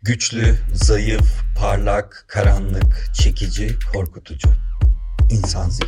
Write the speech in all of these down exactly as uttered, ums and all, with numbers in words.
Güçlü, zayıf, parlak, karanlık, çekici, korkutucu. İnsan Zihni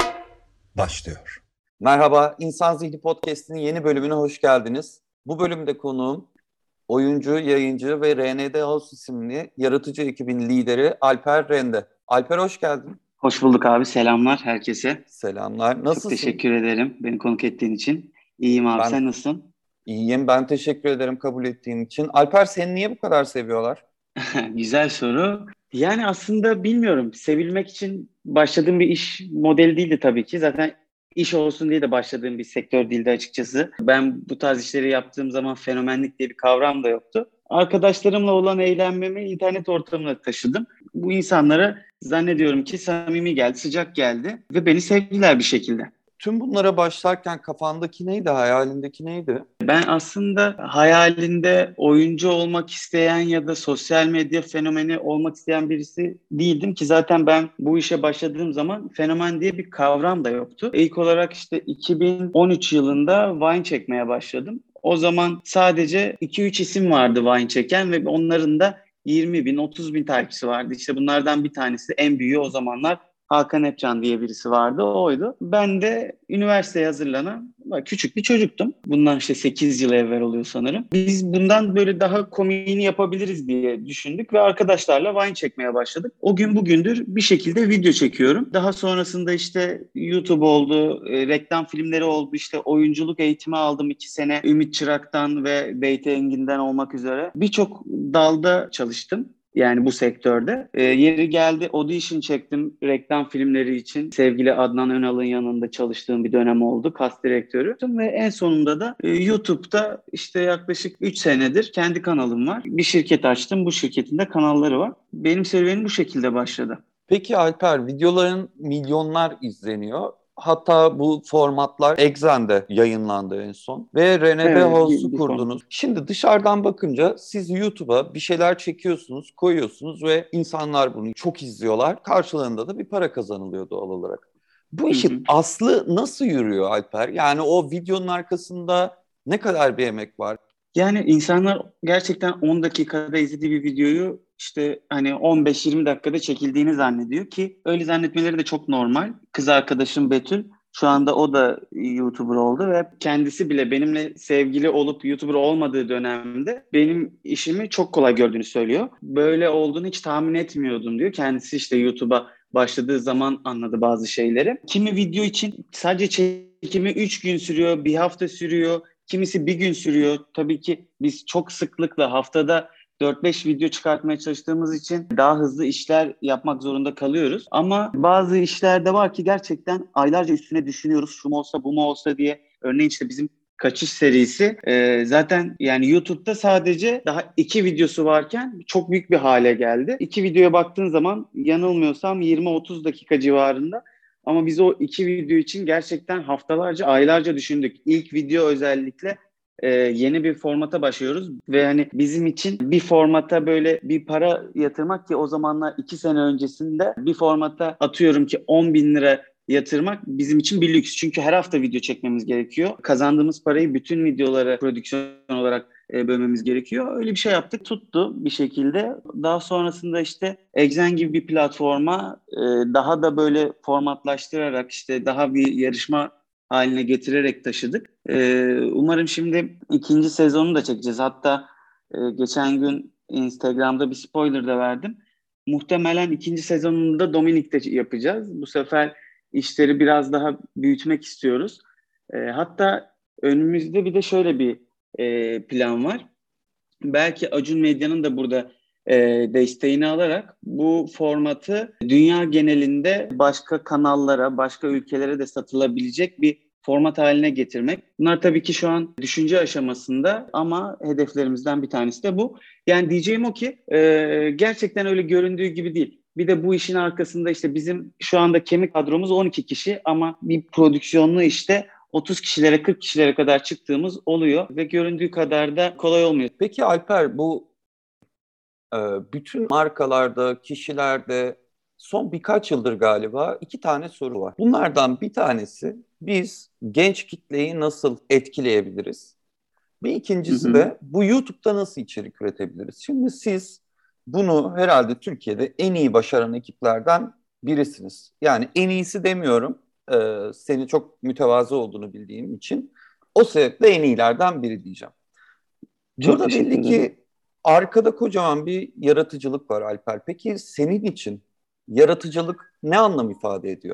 başlıyor. Merhaba, İnsan Zihni Podcast'inin yeni bölümüne hoş geldiniz. Bu bölümde konuğum oyuncu, yayıncı ve R N D House isimli yaratıcı ekibin lideri Alper Rende. Alper hoş geldin. Hoş bulduk abi. Selamlar herkese. Selamlar. Çok Nasılsın? teşekkür ederim beni konuk ettiğin için. İyiyim abi. Ben Sen nasılsın? iyiyim. Ben teşekkür ederim kabul ettiğin için. Alper seni niye bu kadar seviyorlar? Güzel soru. Yani aslında bilmiyorum. Sevilmek için başladığım bir iş modeli değildi tabii ki. Zaten iş olsun diye de başladığım bir sektör değildi açıkçası. Ben bu tarz işleri yaptığım zaman fenomenlik diye bir kavram da yoktu. Arkadaşlarımla olan eğlenmemi internet ortamına taşıdım. Bu insanlara zannediyorum ki samimi geldi, sıcak geldi ve beni sevdiler bir şekilde. Tüm bunlara başlarken kafandaki neydi, hayalindeki neydi? Ben aslında hayalinde oyuncu olmak isteyen ya da sosyal medya fenomeni olmak isteyen birisi değildim ki zaten ben bu işe başladığım zaman fenomen diye bir kavram da yoktu. İlk olarak işte iki bin on üç yılında Vine çekmeye başladım. O zaman sadece iki üç isim vardı Vine çeken ve onların da yirmi bin otuz bin takipçisi vardı. İşte bunlardan bir tanesi en büyüğü o zamanlar Hakan Epcan diye birisi vardı. Oydu. Ben de üniversiteye hazırlanan küçük bir çocuktum. Bundan işte sekiz yıl evvel oluyor sanırım. Biz bundan böyle daha komiğini yapabiliriz diye düşündük ve arkadaşlarla Vine çekmeye başladık. O gün bugündür bir şekilde video çekiyorum. Daha sonrasında işte YouTube oldu, e, reklam filmleri oldu, işte oyunculuk eğitimi aldım iki sene. Ümit Çırak'tan ve Beyti Engin'den olmak üzere. Birçok dalda çalıştım. Yani bu sektörde. E, yeri geldi audition çektim reklam filmleri için. Sevgili Adnan Önal'ın yanında çalıştığım bir dönem oldu. Kas direktörü. Ve en sonunda da e, YouTube'da işte yaklaşık üç senedir kendi kanalım var. Bir şirket açtım. Bu şirketin de kanalları var. Benim serüvenim bu şekilde başladı. Peki Alper, videoların milyonlar izleniyor. Hatta bu formatlar Exxen'de yayınlandı en son. Ve R N D Evet, House'u bir, bir format. kurdunuz. Şimdi dışarıdan bakınca siz YouTube'a bir şeyler çekiyorsunuz, koyuyorsunuz ve insanlar bunu çok izliyorlar. Karşılığında da bir para kazanılıyor doğal olarak. Bu Hı işin hı. aslı nasıl yürüyor Alper? Yani o videonun arkasında ne kadar bir emek var? Yani insanlar gerçekten on dakikada izlediği bir videoyu işte hani on beş yirmi dakikada çekildiğini zannediyor ki öyle zannetmeleri de çok normal. Kız arkadaşım Betül şu anda o da YouTuber oldu ve kendisi bile benimle sevgili olup YouTuber olmadığı dönemde benim işimi çok kolay gördüğünü söylüyor. Böyle olduğunu hiç tahmin etmiyordum diyor. Kendisi işte YouTube'a başladığı zaman anladı bazı şeyleri. Kimi video için sadece çekimi üç gün sürüyor, bir hafta sürüyor. Kimisi bir gün sürüyor. Tabii ki biz çok sıklıkla haftada dört beş video çıkartmaya çalıştığımız için daha hızlı işler yapmak zorunda kalıyoruz. Ama bazı işlerde var ki gerçekten aylarca üstüne düşünüyoruz. Şu mu olsa bu mu olsa diye. Örneğin işte bizim Kaçış serisi e, zaten yani YouTube'da sadece daha iki videosu varken çok büyük bir hale geldi. İki videoya baktığın zaman yanılmıyorsam yirmi otuz dakika civarında. Ama biz o iki video için gerçekten haftalarca, aylarca düşündük. İlk video özellikle e, yeni bir formata başlıyoruz ve hani bizim için bir formata böyle bir para yatırmak ki o zamanlar iki sene öncesinde bir formata atıyorum ki on bin lira yatırmak bizim için bir lüks. Çünkü her hafta video çekmemiz gerekiyor. Kazandığımız parayı bütün videolara prodüksiyon olarak e, bölmemiz gerekiyor. Öyle bir şey yaptık. Tuttu bir şekilde. Daha sonrasında işte Exen gibi bir platforma e, daha da böyle formatlaştırarak işte daha bir yarışma haline getirerek taşıdık. E, umarım şimdi ikinci sezonu da çekeceğiz. Hatta e, geçen gün Instagram'da bir spoiler da verdim. Muhtemelen ikinci sezonunu da Dominik'te yapacağız. Bu sefer işleri biraz daha büyütmek istiyoruz. E, hatta önümüzde bir de şöyle bir e, plan var. Belki Acun Medya'nın da burada e, desteğini alarak bu formatı dünya genelinde başka kanallara, başka ülkelere de satılabilecek bir format haline getirmek. Bunlar tabii ki şu an düşünce aşamasında ama hedeflerimizden bir tanesi de bu. Yani diyeceğim o ki e, gerçekten öyle göründüğü gibi değil. Bir de bu işin arkasında işte bizim şu anda kemik kadromuz on iki kişi ama bir prodüksiyonlu işte otuz kişilere kırk kişilere kadar çıktığımız oluyor ve göründüğü kadar da kolay olmuyor. Peki Alper, bu e, bütün markalarda, kişilerde son birkaç yıldır galiba iki tane soru var. Bunlardan bir tanesi biz genç kitleyi nasıl etkileyebiliriz? Bir Hı ikincisi hı. de bu YouTube'da nasıl içerik üretebiliriz? Şimdi siz bunu herhalde Türkiye'de en iyi başaran ekiplerden birisiniz. Yani en iyisi demiyorum. Ee, seni çok mütevazı olduğunu bildiğim için. O sebeple en iyilerden biri diyeceğim. Çok Burada teşekkür belli ederim. ki arkada kocaman bir yaratıcılık var Alper. Peki senin için yaratıcılık ne anlam ifade ediyor?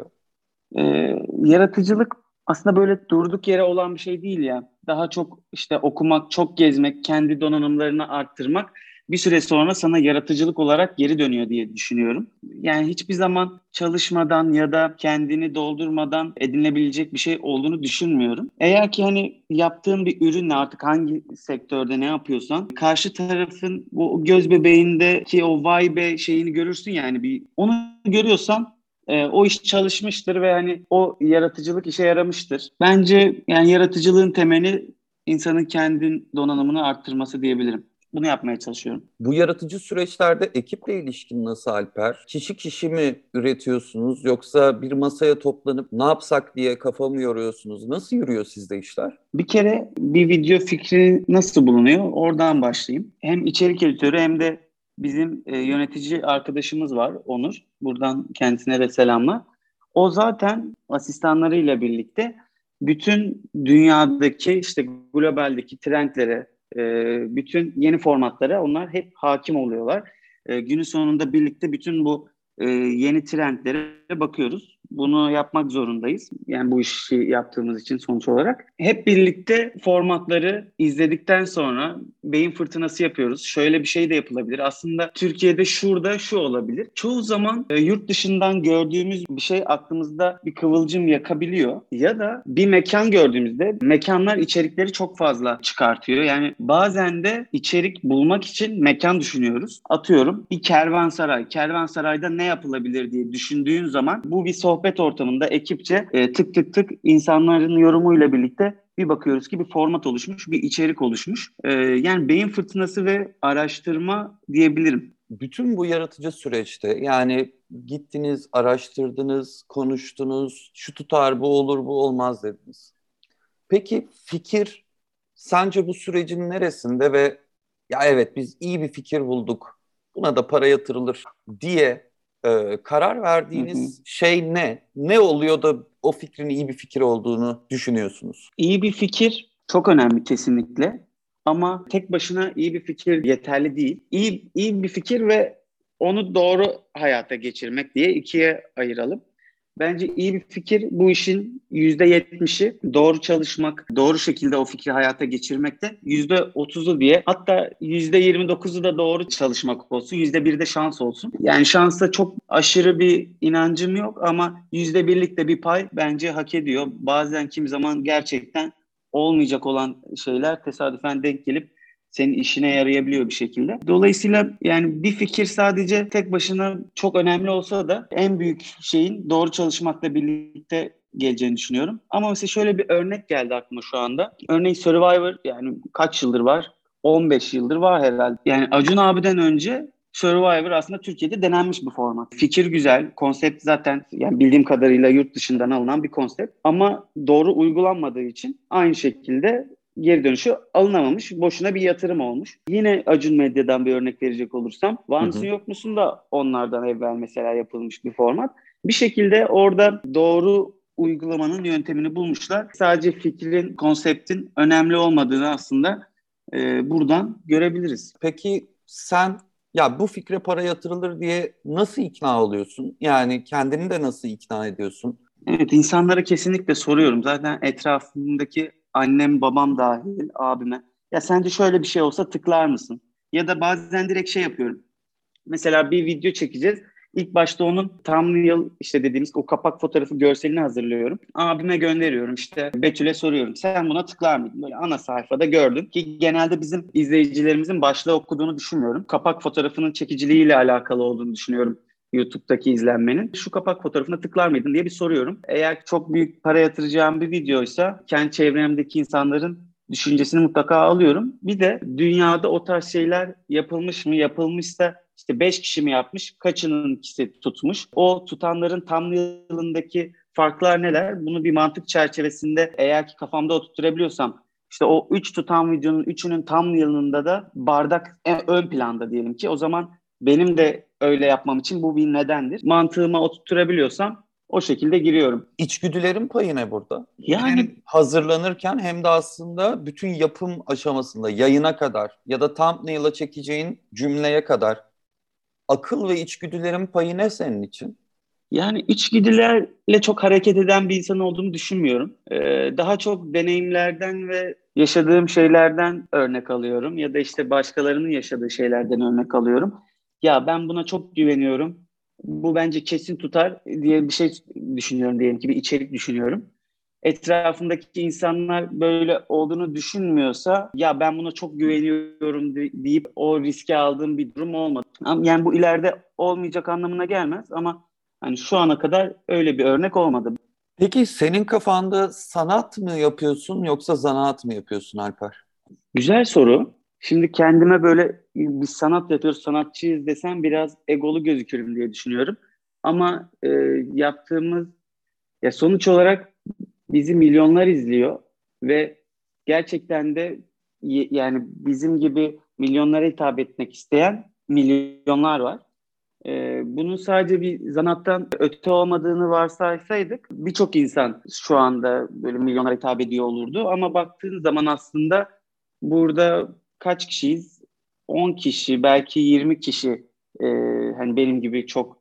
Ee, yaratıcılık aslında böyle durduk yere olan bir şey değil ya. Daha çok işte okumak, çok gezmek, kendi donanımlarını arttırmak bir süre sonra sana yaratıcılık olarak geri dönüyor diye düşünüyorum. Yani hiçbir zaman çalışmadan ya da kendini doldurmadan edinilebilecek bir şey olduğunu düşünmüyorum. Eğer ki hani yaptığın bir ürünle artık hangi sektörde ne yapıyorsan karşı tarafın bu göz bebeğindeki o vay be şeyini görürsün yani bir onu görüyorsan e, o iş çalışmıştır ve hani o yaratıcılık işe yaramıştır. Bence yani yaratıcılığın temeli insanın kendi donanımını arttırması diyebilirim. Bunu yapmaya çalışıyorum. Bu yaratıcı süreçlerde ekiple ilişkin nasıl Alper? Kişi kişi mi üretiyorsunuz yoksa bir masaya toplanıp ne yapsak diye kafa mı yoruyorsunuz? Nasıl yürüyor sizde işler? Bir kere bir video fikri nasıl bulunuyor? Oradan başlayayım. Hem içerik editörü hem de bizim e, yönetici arkadaşımız var Onur. Buradan kendisine de selamlar. O zaten asistanlarıyla birlikte bütün dünyadaki işte globaldeki trendlere, e, bütün yeni formatlara onlar hep hakim oluyorlar. E, günün sonunda birlikte bütün bu e, yeni trendlere bakıyoruz. Bunu yapmak zorundayız. Yani bu işi yaptığımız için sonuç olarak. Hep birlikte formatları izledikten sonra beyin fırtınası yapıyoruz. Şöyle bir şey de yapılabilir. Aslında Türkiye'de şurada şu olabilir. Çoğu zaman e, yurt dışından gördüğümüz bir şey aklımızda bir kıvılcım yakabiliyor. Ya da bir mekan gördüğümüzde mekanlar içerikleri çok fazla çıkartıyor. Yani bazen de içerik bulmak için mekan düşünüyoruz. Atıyorum bir kervansaray. Kervansarayda ne yapılabilir diye düşündüğün zaman bu bir sohbet ortamında ekipçe e, tık tık tık insanların yorumuyla birlikte bir bakıyoruz ki bir format oluşmuş, bir içerik oluşmuş. E, yani beyin fırtınası ve araştırma diyebilirim. Bütün bu yaratıcı süreçte yani gittiniz, araştırdınız, konuştunuz, şu tutar, bu olur, bu olmaz dediniz. Peki fikir sence bu sürecin neresinde ve ya evet biz iyi bir fikir bulduk, buna da para yatırılır diye e, karar Hı hı. verdiğiniz şey ne? Ne oluyor da o fikrin iyi bir fikir olduğunu düşünüyorsunuz? İyi bir fikir çok önemli kesinlikle. Ama tek başına iyi bir fikir yeterli değil. İyi, iyi bir fikir ve onu doğru hayata geçirmek diye ikiye ayıralım. Bence iyi bir fikir bu işin yüzde yetmişi doğru çalışmak, doğru şekilde o fikri hayata geçirmekte. Yüzde otuzu diye hatta yüzde yirmi dokuzu da doğru çalışmak olsun. Yüzde bir de şans olsun. Yani şansa çok aşırı bir inancım yok ama yüzde birlik de bir pay bence hak ediyor. Bazen kimi zaman gerçekten olmayacak olan şeyler tesadüfen denk gelip senin işine yarayabiliyor bir şekilde. Dolayısıyla yani bir fikir sadece tek başına çok önemli olsa da en büyük şeyin doğru çalışmakla birlikte geleceğini düşünüyorum. Ama mesela şöyle bir örnek geldi aklıma şu anda. Örneğin Survivor yani kaç yıldır var? on beş yıldır var herhalde. Yani Acun abiden önce Survivor aslında Türkiye'de denenmiş bir format. Fikir güzel, konsept zaten yani bildiğim kadarıyla yurt dışından alınan bir konsept. Ama doğru uygulanmadığı için aynı şekilde geri dönüşü alınamamış. Boşuna bir yatırım olmuş. Yine Acun Medya'dan bir örnek verecek olursam. Var Hı mısın hı. yok musun da onlardan evvel mesela yapılmış bir format. Bir şekilde orada doğru uygulamanın yöntemini bulmuşlar. Sadece fikrin, konseptin önemli olmadığını aslında e, buradan görebiliriz. Peki sen ya bu fikre para yatırılır diye nasıl ikna oluyorsun? Yani kendini de nasıl ikna ediyorsun? Evet, insanlara kesinlikle soruyorum. Zaten etrafımdaki annem, babam dahil, abime. Ya sence şöyle bir şey olsa tıklar mısın? Ya da bazen direkt şey yapıyorum. Mesela bir video çekeceğiz. İlk başta onun thumbnail işte dediğimiz o kapak fotoğrafı görselini hazırlıyorum. Abime gönderiyorum işte Betül'e soruyorum. Sen buna tıklar mıydın? Böyle ana sayfada gördüm ki genelde bizim izleyicilerimizin başlığı okuduğunu düşünmüyorum. Kapak fotoğrafının çekiciliğiyle alakalı olduğunu düşünüyorum. YouTube'daki izlenmenin. Şu kapak fotoğrafına tıklar mıydın diye bir soruyorum. Eğer çok büyük para yatıracağım bir videoysa kendi çevremdeki insanların düşüncesini mutlaka alıyorum. Bir de dünyada o tarz şeyler yapılmış mı? Yapılmışsa işte beş kişi mi yapmış? Kaçının ikisi tutmuş? O tutanların thumbnail'ındaki farklar neler? Bunu bir mantık çerçevesinde eğer ki kafamda oturtturabiliyorsam İşte o üç tutan videonun üçünün tam yılında da bardak en ön planda diyelim ki. O zaman benim de öyle yapmam için bu bir nedendir. Mantığıma oturtturabiliyorsam o şekilde giriyorum. İçgüdülerin payı ne burada? Hem Yani hazırlanırken hem de aslında bütün yapım aşamasında yayına kadar ya da thumbnail'a çekeceğin cümleye kadar akıl ve içgüdülerin payı ne senin için? Yani içgüdülerle çok hareket eden bir insan olduğumu düşünmüyorum. Ee, daha çok deneyimlerden ve yaşadığım şeylerden örnek alıyorum. Ya da işte başkalarının yaşadığı şeylerden örnek alıyorum. Ya ben buna çok güveniyorum. Bu bence kesin tutar diye bir şey düşünüyorum diyelim ki bir içerik düşünüyorum. Etrafındaki insanlar böyle olduğunu düşünmüyorsa ya ben buna çok güveniyorum deyip o riske aldığım bir durum olmadı. Yani bu ileride olmayacak anlamına gelmez ama hani şu ana kadar öyle bir örnek olmadı. Peki senin kafanda sanat mı yapıyorsun yoksa zanaat mı yapıyorsun Alper? Güzel soru. Şimdi kendime böyle biz sanat yapıyoruz, sanatçıyız desem biraz egolu gözükürüm diye düşünüyorum. Ama e, yaptığımız ya sonuç olarak bizi milyonlar izliyor ve gerçekten de y- yani bizim gibi milyonlara hitap etmek isteyen milyonlar var. Ee, bunun sadece bir zanaattan öte olmadığını varsaysaydık birçok insan şu anda böyle milyonlara hitap ediyor olurdu. Ama baktığın zaman aslında burada kaç kişiyiz? on kişi, belki yirmi kişi e, hani benim gibi çok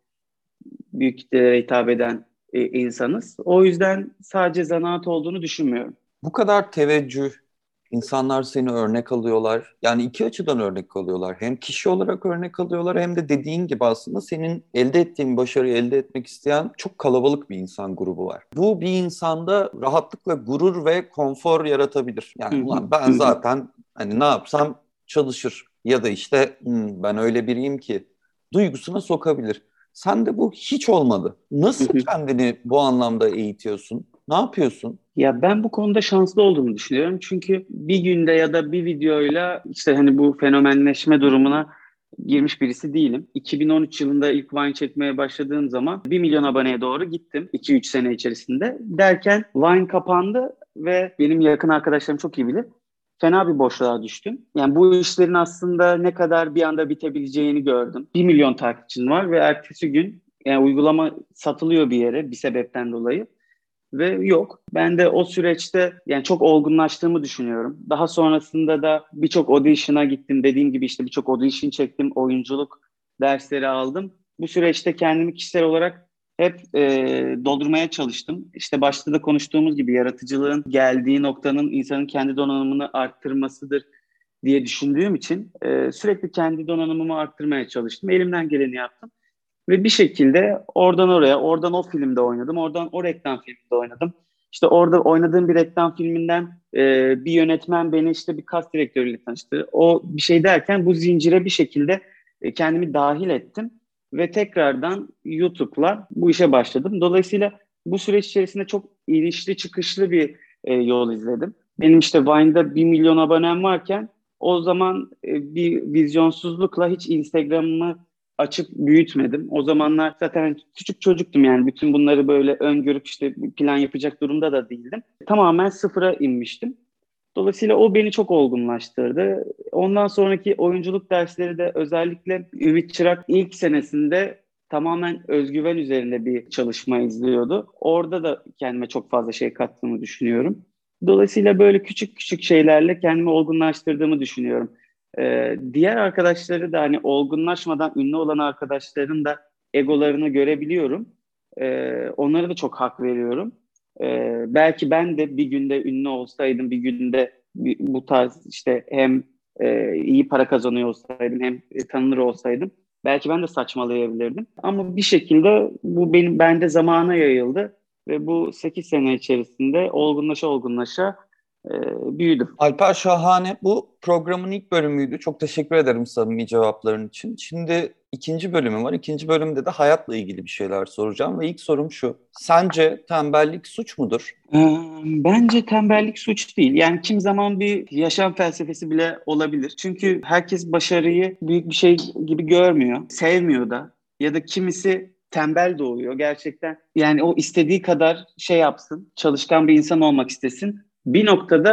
büyük kitlelere hitap eden e, insanız. O yüzden sadece zanaat olduğunu düşünmüyorum. Bu kadar teveccüh, insanlar seni örnek alıyorlar. Yani iki açıdan örnek alıyorlar. Hem kişi olarak örnek alıyorlar hem de dediğin gibi aslında senin elde ettiğin başarıyı elde etmek isteyen çok kalabalık bir insan grubu var. Bu bir insanda rahatlıkla gurur ve konfor yaratabilir. Hı Yani hı, ulan ben hı hı. zaten hani ne yapsam çalışır ya da işte "Hmm, ben öyle biriyim ki" duygusuna sokabilir. Sende bu hiç olmadı. Hı Nasıl hı. kendini bu anlamda eğitiyorsun? Ne yapıyorsun? Ya ben bu konuda şanslı olduğumu düşünüyorum. Çünkü bir günde ya da bir videoyla işte hani bu fenomenleşme durumuna girmiş birisi değilim. iki bin on üç yılında ilk Vine çekmeye başladığım zaman bir milyon aboneye doğru gittim iki üç sene içerisinde. Derken Vine kapandı ve benim yakın arkadaşlarım çok iyi bilir. Fena bir boşluğa düştüm. Yani bu işlerin aslında ne kadar bir anda bitebileceğini gördüm. Bir milyon takipçin var ve ertesi gün yani uygulama satılıyor bir yere bir sebepten dolayı ve yok. Ben de o süreçte yani çok olgunlaştığımı düşünüyorum. Daha sonrasında da birçok audition'a gittim. Dediğim gibi işte birçok audition çektim. Oyunculuk dersleri aldım. Bu süreçte kendimi kişisel olarak hep e, doldurmaya çalıştım. İşte başta da konuştuğumuz gibi yaratıcılığın geldiği noktanın insanın kendi donanımını arttırmasıdır diye düşündüğüm için e, sürekli kendi donanımımı arttırmaya çalıştım. Elimden geleni yaptım. Ve bir şekilde oradan oraya, oradan o filmde oynadım, oradan o reklam filminde oynadım. İşte orada oynadığım bir reklam filminden e, bir yönetmen beni işte bir kas direktörüyle tanıştırdı. O bir şey derken bu zincire bir şekilde e, kendimi dahil ettim. Ve tekrardan YouTube'la bu işe başladım. Dolayısıyla bu süreç içerisinde çok inişli çıkışlı bir e, yol izledim. Benim işte Vine'da bir milyon abonem varken o zaman e, bir vizyonsuzlukla hiç Instagram'ımı açıp büyütmedim. O zamanlar zaten küçük çocuktum yani bütün bunları böyle öngörüp işte bir plan yapacak durumda da değildim. Tamamen sıfıra inmiştim. Dolayısıyla o beni çok olgunlaştırdı. Ondan sonraki oyunculuk dersleri de özellikle Ümit Çırak ilk senesinde tamamen özgüven üzerinde bir çalışma izliyordu. Orada da kendime çok fazla şey kattığımı düşünüyorum. Dolayısıyla böyle küçük küçük şeylerle kendimi olgunlaştırdığımı düşünüyorum. Ee, diğer arkadaşları da hani olgunlaşmadan ünlü olan arkadaşların da egolarını görebiliyorum. Ee, onlara da çok hak veriyorum. Ee, belki ben de bir günde ünlü olsaydım, bir günde bir- bu tarz işte hem e, iyi para kazanıyor olsaydım hem e, tanınır olsaydım belki ben de saçmalayabilirdim. Ama bir şekilde bu benim bende zamana yayıldı ve bu sekiz sene içerisinde olgunlaşa olgunlaşa e, büyüdüm. Alper, şahane. Bu programın ilk bölümüydü. Çok teşekkür ederim samimi cevapların için. Şimdi ikinci bölümüm var. İkinci bölümde de hayatla ilgili bir şeyler soracağım. Ve ilk sorum şu. Sence tembellik suç mudur? Ee, Bence tembellik suç değil. Yani kim zaman bir yaşam felsefesi bile olabilir. Çünkü herkes başarıyı büyük bir şey gibi görmüyor, sevmiyor da. Ya da kimisi tembel doğuyor gerçekten. Yani o istediği kadar şey yapsın, çalışkan bir insan olmak istesin. Bir noktada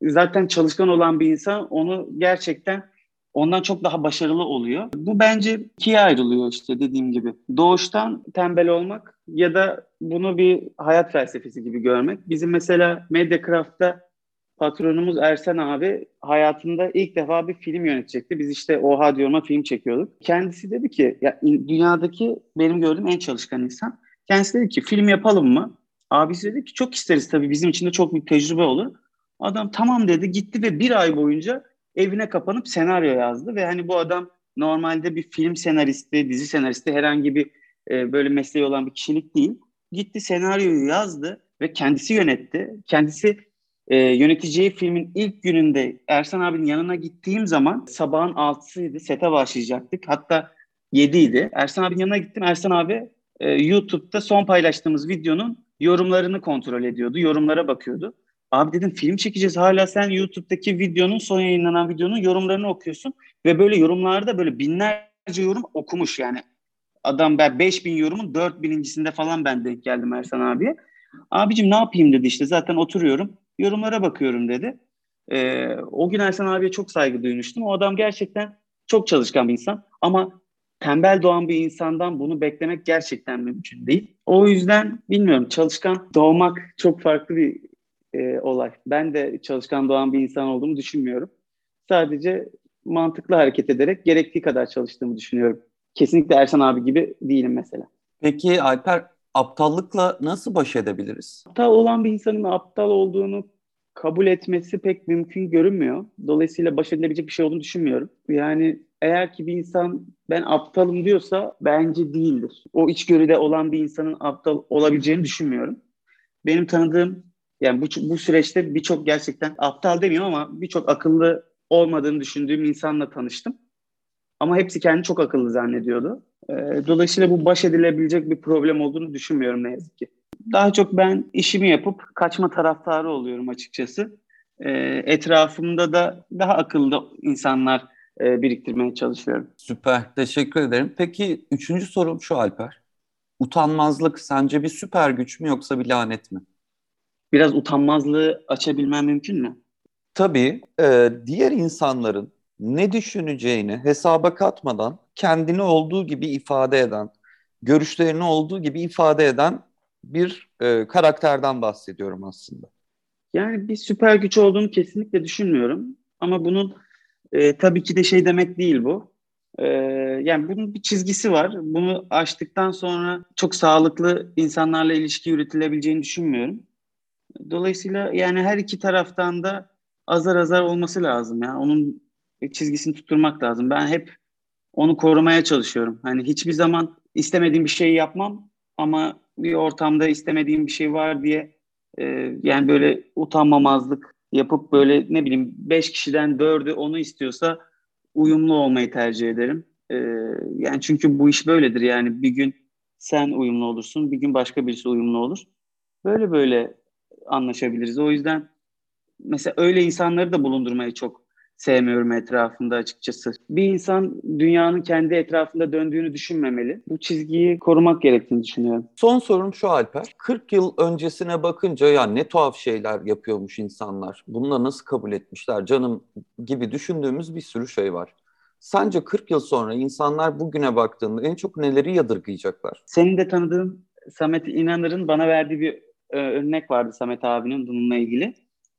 zaten çalışkan olan bir insan onu gerçekten ondan çok daha başarılı oluyor. Bu bence ikiye ayrılıyor işte dediğim gibi. Doğuştan tembel olmak ya da bunu bir hayat felsefesi gibi görmek. Bizim mesela Mediacraft'ta patronumuz Ersen abi hayatında ilk defa bir film yönetecekti. Biz işte Oha diyorum'a film çekiyorduk. Kendisi dedi ki ya dünyadaki benim gördüğüm en çalışkan insan. Kendisi dedi ki film yapalım mı? Abisi dedi ki çok isteriz tabii, bizim için de çok bir tecrübe olur. Adam tamam dedi, gitti ve bir ay boyunca evine kapanıp senaryo yazdı ve hani bu adam normalde bir film senaristi, dizi senaristi, herhangi bir e, böyle mesleği olan bir kişilik değil. Gitti senaryoyu yazdı ve kendisi yönetti. Kendisi e, yöneteceği filmin ilk gününde Ersan abinin yanına gittiğim zaman sabahın altısıydı, sete başlayacaktık. Hatta yediydi. Ersan abinin yanına gittim. Ersan abi e, YouTube'da son paylaştığımız videonun yorumlarını kontrol ediyordu. Yorumlara bakıyordu. Abi dedim film çekeceğiz, hala sen YouTube'daki videonun, son yayınlanan videonun yorumlarını okuyorsun ve böyle yorumlarda böyle binlerce yorum okumuş yani. Adam ben beş bin yorumun dört binincisinde falan ben denk geldim Ersan abiye. Abicim ne yapayım dedi, işte zaten oturuyorum yorumlara bakıyorum dedi. Ee, o gün Ersan abiye çok saygı duymuştum. O adam gerçekten çok çalışkan bir insan ama tembel doğan bir insandan bunu beklemek gerçekten mümkün değil. O yüzden bilmiyorum, çalışkan doğmak çok farklı bir e, olay. Ben de çalışkan doğan bir insan olduğumu düşünmüyorum. Sadece mantıklı hareket ederek gerektiği kadar çalıştığımı düşünüyorum. Kesinlikle Ersan abi gibi değilim mesela. Peki Alper, aptallıkla nasıl baş edebiliriz? Aptal olan bir insanın aptal olduğunu kabul etmesi pek mümkün görünmüyor. Dolayısıyla baş edilebilecek bir şey olduğunu düşünmüyorum. Yani eğer ki bir insan ben aptalım diyorsa bence değildir. O içgörüde olan bir insanın aptal olabileceğini düşünmüyorum. Benim tanıdığım, yani bu, bu süreçte birçok gerçekten aptal demiyorum ama birçok akıllı olmadığını düşündüğüm insanla tanıştım. Ama hepsi kendini çok akıllı zannediyordu. Ee, dolayısıyla bu baş edilebilecek bir problem olduğunu düşünmüyorum ne yazık ki. Daha çok ben işimi yapıp kaçma taraftarı oluyorum açıkçası. Ee, etrafımda da daha akıllı insanlar e, biriktirmeye çalışıyorum. Süper, teşekkür ederim. Peki üçüncü sorum şu Alper. Utanmazlık sence bir süper güç mü yoksa bir lanet mi? Biraz utanmazlığı açabilmem mümkün mü? Tabii e, diğer insanların ne düşüneceğini hesaba katmadan kendini olduğu gibi ifade eden, görüşlerini olduğu gibi ifade eden bir e, karakterden bahsediyorum aslında. Yani bir süper güç olduğunu kesinlikle düşünmüyorum. Ama bunun e, tabii ki de şey demek değil bu. E, yani bunun bir çizgisi var. Bunu aştıktan sonra çok sağlıklı insanlarla ilişki yürütülebileceğini düşünmüyorum. Dolayısıyla yani her iki taraftan da azar azar olması lazım. Yani onun çizgisini tutturmak lazım. Ben hep onu korumaya çalışıyorum. Hani hiçbir zaman istemediğim bir şeyi yapmam ama bir ortamda istemediğim bir şey var diye e, yani böyle utanmamazlık yapıp böyle ne bileyim beş kişiden dördü onu istiyorsa uyumlu olmayı tercih ederim. E, yani çünkü bu iş böyledir, yani bir gün sen uyumlu olursun, bir gün başka birisi uyumlu olur. Böyle böyle anlaşabiliriz. O yüzden mesela öyle insanları da bulundurmayı çok sevmiyorum etrafında açıkçası. Bir insan dünyanın kendi etrafında döndüğünü düşünmemeli. Bu çizgiyi korumak gerektiğini düşünüyorum. Son sorum şu Alper. kırk yıl öncesine bakınca ya ne tuhaf şeyler yapıyormuş insanlar. Bunları nasıl kabul etmişler canım gibi düşündüğümüz bir sürü şey var. Sence kırk yıl sonra insanlar bugüne baktığında en çok neleri yadırgayacaklar? Senin de tanıdığın Samet İnanır'ın bana verdiği bir e, örnek vardı, Samet abinin bununla ilgili.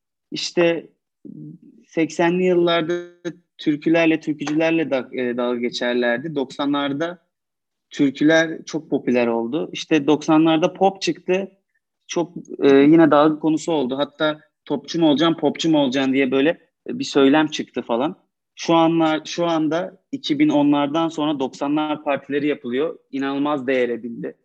İşte seksenli yıllarda türkülerle, türkücülerle da, e, dalga geçerlerdi. doksanlarda türküler çok popüler oldu. İşte doksanlarda pop çıktı. Çok e, yine dalga konusu oldu. Hatta topçu mu olacaksın, popçu mu olacaksın diye böyle bir söylem çıktı falan. Şu anlar, şu anda iki bin onlardan sonra doksanlar partileri yapılıyor. İnanılmaz değer edindi.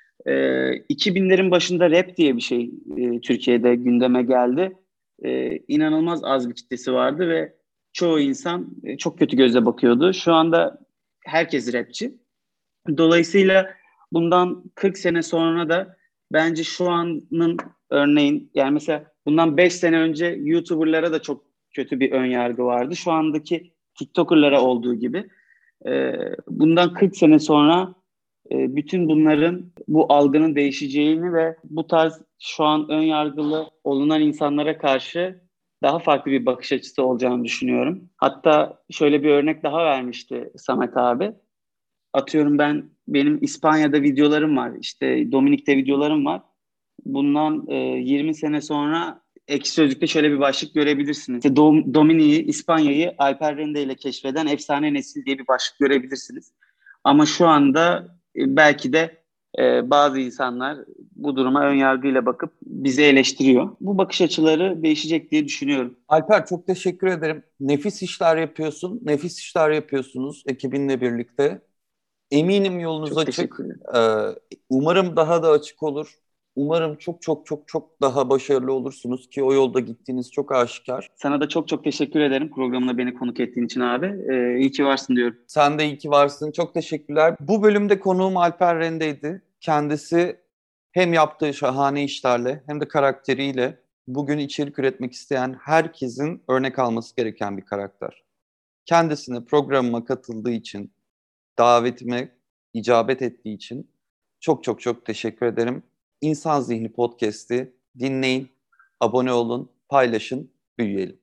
E, iki binlerin başında rap diye bir şey e, Türkiye'de gündeme geldi. E, inanılmaz az bir kitlesi vardı ve çoğu insan e, çok kötü gözle bakıyordu. Şu anda herkes rapçi. Dolayısıyla bundan kırk sene sonra da bence şu anın örneğin, yani mesela bundan beş sene önce YouTuber'lara da çok kötü bir ön yargı vardı. Şu andaki TikToker'lara olduğu gibi. Ee, bundan kırk sene sonra e, bütün bunların, bu algının değişeceğini ve bu tarz şu an ön yargılı olunan insanlara karşı daha farklı bir bakış açısı olacağını düşünüyorum. Hatta şöyle bir örnek daha vermişti Samet abi. Atıyorum ben benim İspanya'da videolarım var. İşte Dominik'te videolarım var. Bundan e, yirmi sene sonra Ekşi Sözlük'te şöyle bir başlık görebilirsiniz. İşte Dom- Dominik'i, İspanya'yı Alper Rende ile keşfeden efsane nesil diye bir başlık görebilirsiniz. Ama şu anda e, belki de e, bazı insanlar bu duruma ön yargıyla bakıp bizi eleştiriyor. Bu bakış açıları değişecek diye düşünüyorum. Alper, çok teşekkür ederim. Nefis işler yapıyorsun. Nefis işler yapıyorsunuz ekibinle birlikte. Eminim yolunuz Çok teşekkür açık. ederim. Ee, umarım daha da açık olur. Umarım çok çok çok çok daha başarılı olursunuz ki o yolda gittiğiniz çok aşikar. Sana da çok çok teşekkür ederim programına beni konuk ettiğin için abi. Ee, iyi ki varsın diyorum. Sen de iyi ki varsın. Çok teşekkürler. Bu bölümde konuğum Alper Rende'ydi. Kendisi hem yaptığı şahane işlerle hem de karakteriyle bugün içerik üretmek isteyen herkesin örnek alması gereken bir karakter. Kendisine programıma katıldığı için, davetime icabet ettiği için çok çok çok teşekkür ederim. İnsan Zihni Podcast'i dinleyin, abone olun, paylaşın, büyüyelim.